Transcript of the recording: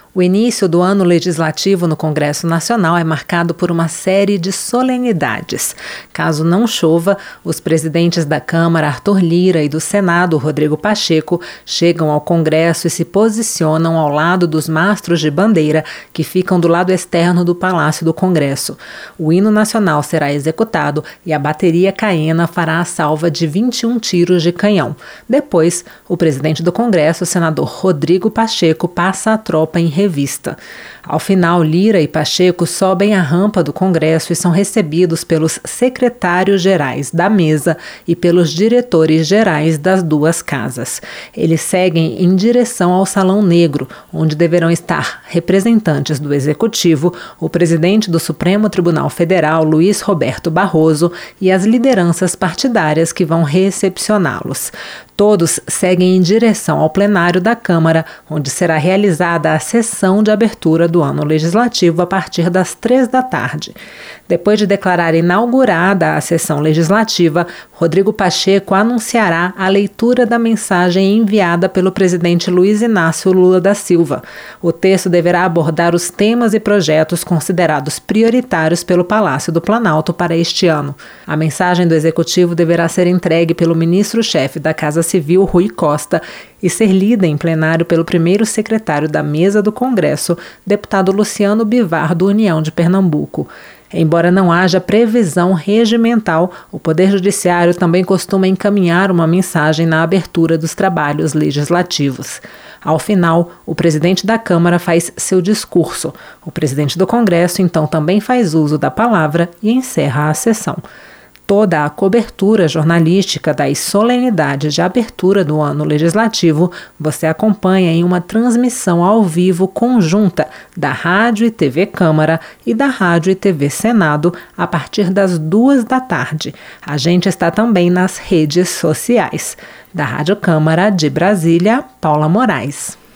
O início do ano legislativo no Congresso Nacional é marcado por uma série de solenidades. Caso não chova, os presidentes da Câmara, Arthur Lira, e do Senado, Rodrigo Pacheco, chegam ao Congresso e se posicionam ao lado dos mastros de bandeira que ficam do lado externo do Palácio do Congresso. O hino nacional será executado e a bateria caena fará a salva de 21 tiros de canhão. Depois, o presidente do Congresso, o senador Rodrigo Pacheco, passa a tropa em revista. Ao final, Lira e Pacheco sobem a rampa do Congresso e são recebidos pelos secretários-gerais da mesa e pelos diretores-gerais das duas casas. Eles seguem em direção ao Salão Negro, onde deverão estar representantes do Executivo, o presidente do Supremo Tribunal Federal, Luiz Roberto Barroso, e as lideranças partidárias que vão recepcioná-los. Todos seguem em direção ao plenário da Câmara, onde será realizada a sessão de abertura do ano legislativo a partir das 15h. Depois de declarar inaugurada a sessão legislativa, Rodrigo Pacheco anunciará a leitura da mensagem enviada pelo presidente Luiz Inácio Lula da Silva. O texto deverá abordar os temas e projetos considerados prioritários pelo Palácio do Planalto para este ano. A mensagem do Executivo deverá ser entregue pelo ministro-chefe da Casa Civil, Rui Costa, e ser lida em plenário pelo primeiro secretário da Mesa do Congresso, deputado Luciano Bivar, do União de Pernambuco. Embora não haja previsão regimental, o Poder Judiciário também costuma encaminhar uma mensagem na abertura dos trabalhos legislativos. Ao final, o presidente da Câmara faz seu discurso. O presidente do Congresso, então, também faz uso da palavra e encerra a sessão. Toda a cobertura jornalística das solenidades de abertura do ano legislativo você acompanha em uma transmissão ao vivo conjunta da Rádio e TV Câmara e da Rádio e TV Senado a partir das 14h. A gente está também nas redes sociais. Da Rádio Câmara de Brasília, Paula Moraes.